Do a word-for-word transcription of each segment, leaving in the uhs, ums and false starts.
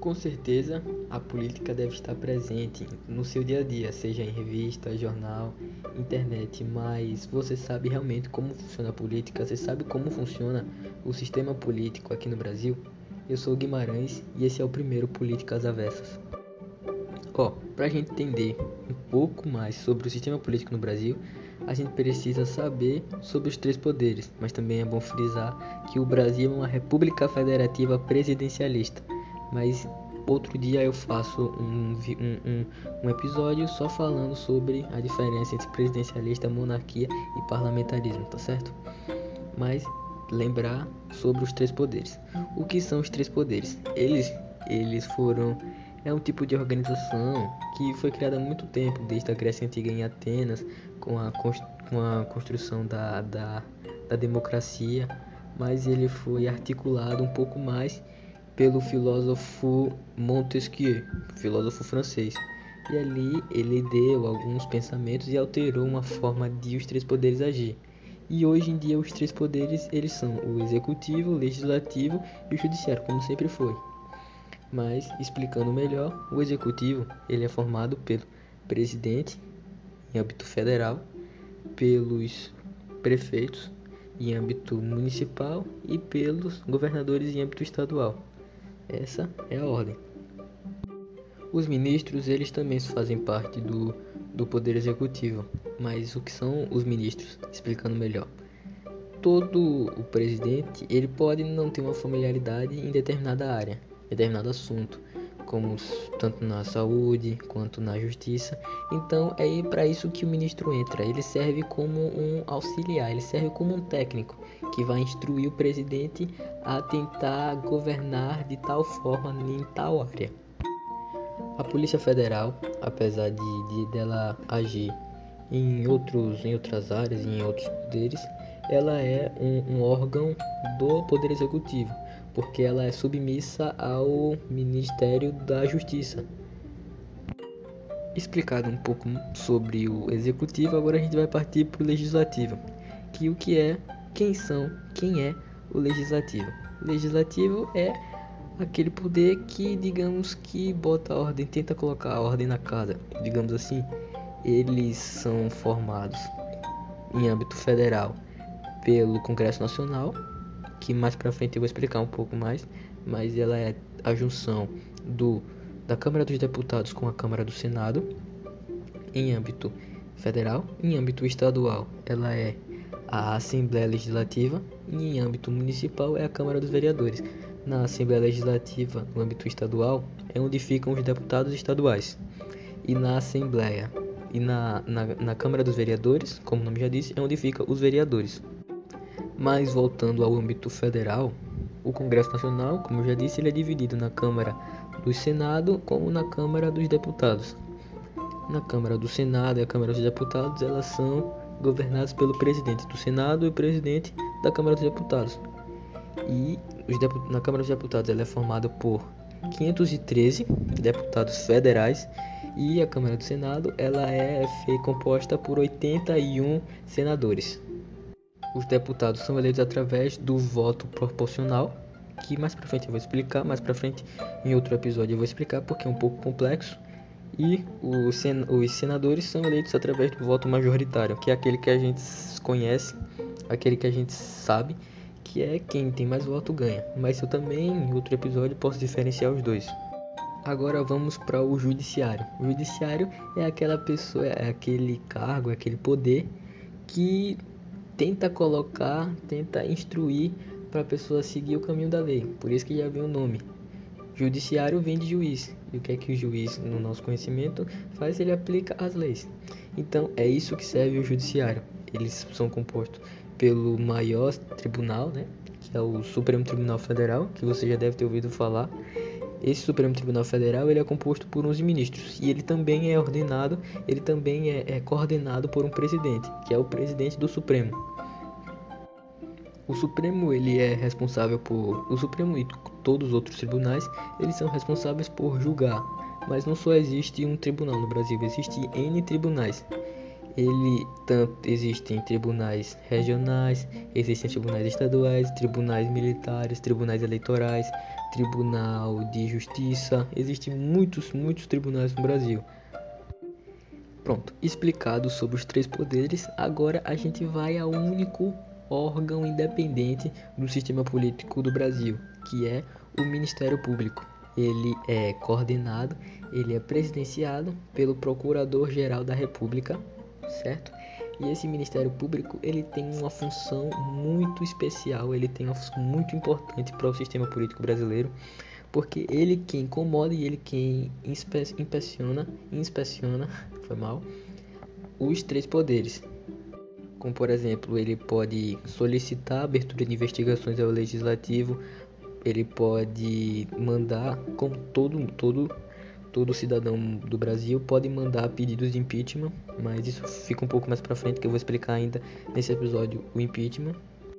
Com certeza, a política deve estar presente no seu dia a dia, seja em revista, jornal, internet, mas você sabe realmente como funciona a política? Você sabe como funciona o sistema político aqui no Brasil? Eu sou o Guimarães e esse é o primeiro Políticas Avessas. Ó, para a gente entender um pouco mais sobre o sistema político no Brasil, a gente precisa saber sobre os três poderes, mas também é bom frisar que o Brasil é uma república federativa presidencialista. Mas outro dia eu faço um, um, um, um episódio só falando sobre a diferença entre presidencialista, monarquia e parlamentarismo, tá certo? Mas lembrar sobre os três poderes. O que são os três poderes? Eles, eles foram... É um tipo de organização que foi criada há muito tempo, desde a Grécia Antiga em Atenas, com a, com a construção da, da, da democracia, mas ele foi articulado um pouco mais pelo filósofo Montesquieu, filósofo francês. E ali ele deu alguns pensamentos e alterou uma forma de os três poderes agir. E hoje em dia os três poderes eles são o executivo, o legislativo e o judiciário, como sempre foi. Mas explicando melhor, o executivo ele é formado pelo presidente em âmbito federal, pelos prefeitos em âmbito municipal e pelos governadores em âmbito estadual. Essa é a ordem. Os ministros, eles também fazem parte do, do poder executivo. Mas o que são os ministros? Explicando melhor. Todo o presidente, ele pode não ter uma familiaridade em determinada área, determinado assunto, como tanto na saúde quanto na justiça. Então é para isso que o ministro entra. Ele serve como um auxiliar, ele serve como um técnico que vai instruir o presidente a tentar governar de tal forma em tal área. A Polícia Federal, apesar de, de dela agir em, outros, em outras áreas e em outros poderes, ela é um, um órgão do Poder Executivo, porque ela é submissa ao Ministério da Justiça. Explicado um pouco sobre o Executivo, agora a gente vai partir para o Legislativo, que o que é, quem são, quem é o Legislativo. O Legislativo é aquele poder que, digamos que bota a ordem, tenta colocar a ordem na casa, digamos assim. Eles são formados em âmbito federal pelo Congresso Nacional, que mais pra frente eu vou explicar um pouco mais, mas ela é a junção do, da Câmara dos Deputados com a Câmara do Senado em âmbito federal. Em âmbito estadual ela é a Assembleia Legislativa e em âmbito municipal é a Câmara dos Vereadores. Na Assembleia Legislativa, no âmbito estadual, é onde ficam os deputados estaduais. E na Assembleia e na, na, na Câmara dos Vereadores, como o nome já disse, é onde ficam os vereadores. Mas voltando ao âmbito federal, o Congresso Nacional, como eu já disse, ele é dividido na Câmara do Senado como na Câmara dos Deputados. Na Câmara do Senado e a Câmara dos Deputados, elas são governadas pelo presidente do Senado e o presidente da Câmara dos Deputados. E os deput- na Câmara dos Deputados ela é formada por quinhentos e treze deputados federais e a Câmara do Senado ela é composta por oitenta e um senadores. Os deputados são eleitos através do voto proporcional, que mais pra frente eu vou explicar, mais pra frente em outro episódio eu vou explicar porque é um pouco complexo. E os, sen- os senadores são eleitos através do voto majoritário, que é aquele que a gente conhece, aquele que a gente sabe, que é quem tem mais voto ganha. Mas eu também, em outro episódio, posso diferenciar os dois. Agora vamos para o judiciário. O judiciário é aquela pessoa, é aquele cargo, é aquele poder que tenta colocar, tenta instruir para a pessoa seguir o caminho da lei. Por isso que já vem o nome. Judiciário vem de juiz. E o que é que o juiz, no nosso conhecimento, faz? Ele aplica as leis. Então é isso que serve o judiciário. Eles são compostos pelo maior tribunal, né, que é o Supremo Tribunal Federal, que você já deve ter ouvido falar. Esse Supremo Tribunal Federal ele é composto por onze ministros e ele também é ordenado, ele também é, é coordenado por um presidente, que é o presidente do Supremo. O Supremo ele é responsável por, o Supremo e todos os outros tribunais, eles são responsáveis por julgar, mas não só existe um tribunal no Brasil, existe N tribunais. Ele tanto existem tribunais regionais, existem tribunais estaduais, tribunais militares, tribunais eleitorais, tribunal de justiça. Existem muitos, muitos tribunais no Brasil. Pronto, explicado sobre os três poderes, agora a gente vai ao único órgão independente do sistema político do Brasil, que é o Ministério Público. Ele é coordenado, ele é presidenciado pelo Procurador-Geral da República, certo? E esse Ministério Público, ele tem uma função muito especial, ele tem uma função muito importante para o sistema político brasileiro, porque ele quem incomoda e ele quem inspe inspeciona, inspeciona, foi mal, os três poderes. Como, por exemplo, ele pode solicitar a abertura de investigações ao Legislativo, ele pode mandar, como todo, todo, todo cidadão do Brasil pode mandar pedidos de impeachment, mas isso fica um pouco mais para frente, que eu vou explicar ainda nesse episódio o impeachment.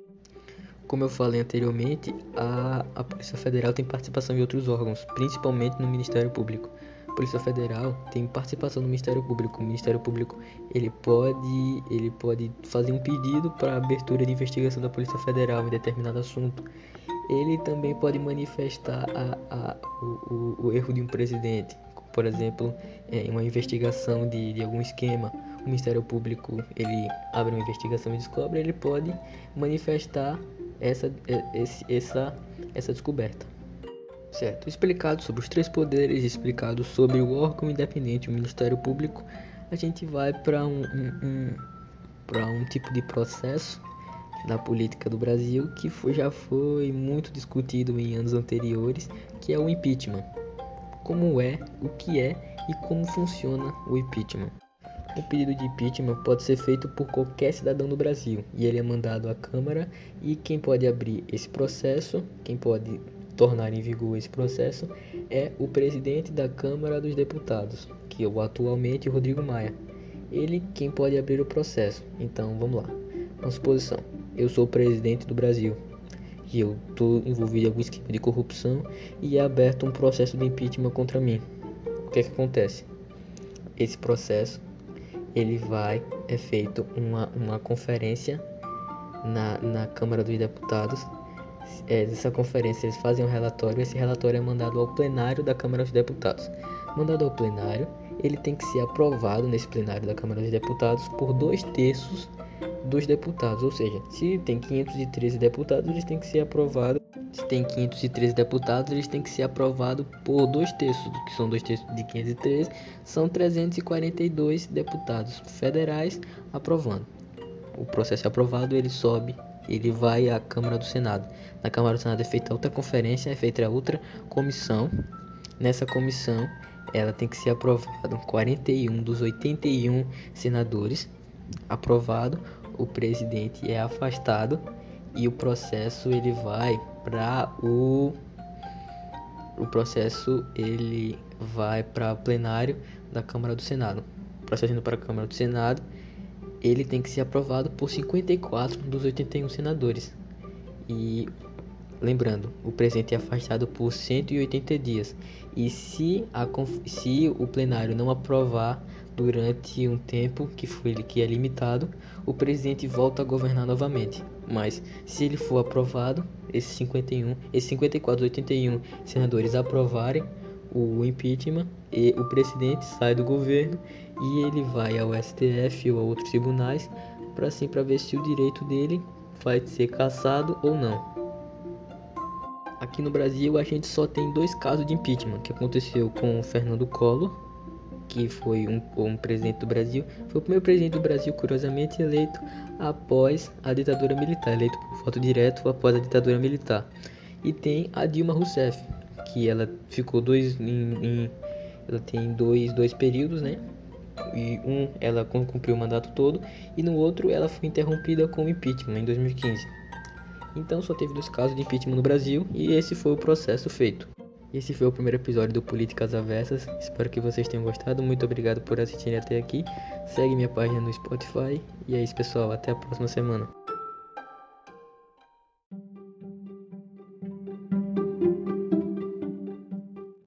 Como eu falei anteriormente, a, a Polícia Federal tem participação em outros órgãos, principalmente no Ministério Público. A Polícia Federal tem participação no Ministério Público. O Ministério Público ele pode, ele pode fazer um pedido para a abertura de investigação da Polícia Federal em determinado assunto. Ele também pode manifestar a, a, o, o, o erro de um presidente, por exemplo, em uma investigação de, de algum esquema. O Ministério Público ele abre uma investigação e descobre, ele pode manifestar essa, esse, essa, essa descoberta. Certo, explicado sobre os três poderes, explicado sobre o órgão independente, o Ministério Público, a gente vai para um, um, um, para um tipo de processo na política do Brasil que foi, já foi muito discutido em anos anteriores, que é o impeachment. Como é, o que é e como funciona o impeachment. O pedido de impeachment pode ser feito por qualquer cidadão do Brasil e ele é mandado à Câmara, e quem pode abrir esse processo, quem pode tornar em vigor esse processo é o presidente da Câmara dos Deputados, que é atualmente Rodrigo Maia. Ele quem pode abrir o processo. Então vamos lá. Uma suposição: eu sou o presidente do Brasil e eu estou envolvido em algum esquema de corrupção e é aberto um processo de impeachment contra mim. O que é que acontece? Esse processo ele vai, é feito uma, uma conferência na, na Câmara dos Deputados. É, dessa conferência eles fazem um relatório, esse relatório é mandado ao plenário da Câmara dos Deputados. Mandado ao plenário, ele tem que ser aprovado nesse plenário da Câmara dos Deputados por dois terços dos deputados, ou seja, se tem quinhentos e treze deputados, eles têm que ser aprovados. Se tem quinhentos e treze deputados, eles têm que ser aprovados por dois terços, que são dois terços de quinhentos e treze, são trezentos e quarenta e dois deputados federais aprovando. O processo é aprovado, ele sobe, ele vai à Câmara do Senado. Na Câmara do Senado é feita outra conferência, é feita outra comissão. Nessa comissão, ela tem que ser aprovado quarenta e um dos oitenta e um senadores. Aprovado, o presidente é afastado e o processo ele vai para o o processo ele vai para o plenário da Câmara do Senado. O processo indo para a Câmara do Senado, ele tem que ser aprovado por cinquenta e quatro dos oitenta e um senadores. E lembrando, o presidente é afastado por cento e oitenta dias. E se, a, se o plenário não aprovar durante um tempo que foi que é limitado, o presidente volta a governar novamente. Mas se ele for aprovado, esses cinquenta e um, esses cinquenta e quatro dos oitenta e um senadores aprovarem o impeachment, e o presidente sai do governo e ele vai ao S T F ou a outros tribunais para assim para ver se o direito dele vai ser cassado ou não. Aqui no Brasil a gente só tem dois casos de impeachment, que aconteceu com o Fernando Collor, que foi um, um presidente do Brasil, foi o primeiro presidente do Brasil, curiosamente, eleito após a ditadura militar, eleito por voto direto após a ditadura militar. E tem a Dilma Rousseff, que ela ficou dois em, em ela tem dois, dois períodos, né? E um ela cumpriu o mandato todo e no outro ela foi interrompida com o impeachment em dois mil e quinze. Então só teve dois casos de impeachment no Brasil e esse foi o processo feito. Esse foi o primeiro episódio do Políticas Avessas. Espero que vocês tenham gostado. Muito obrigado por assistirem até aqui. Segue minha página no Spotify. E é isso, pessoal. Até a próxima semana.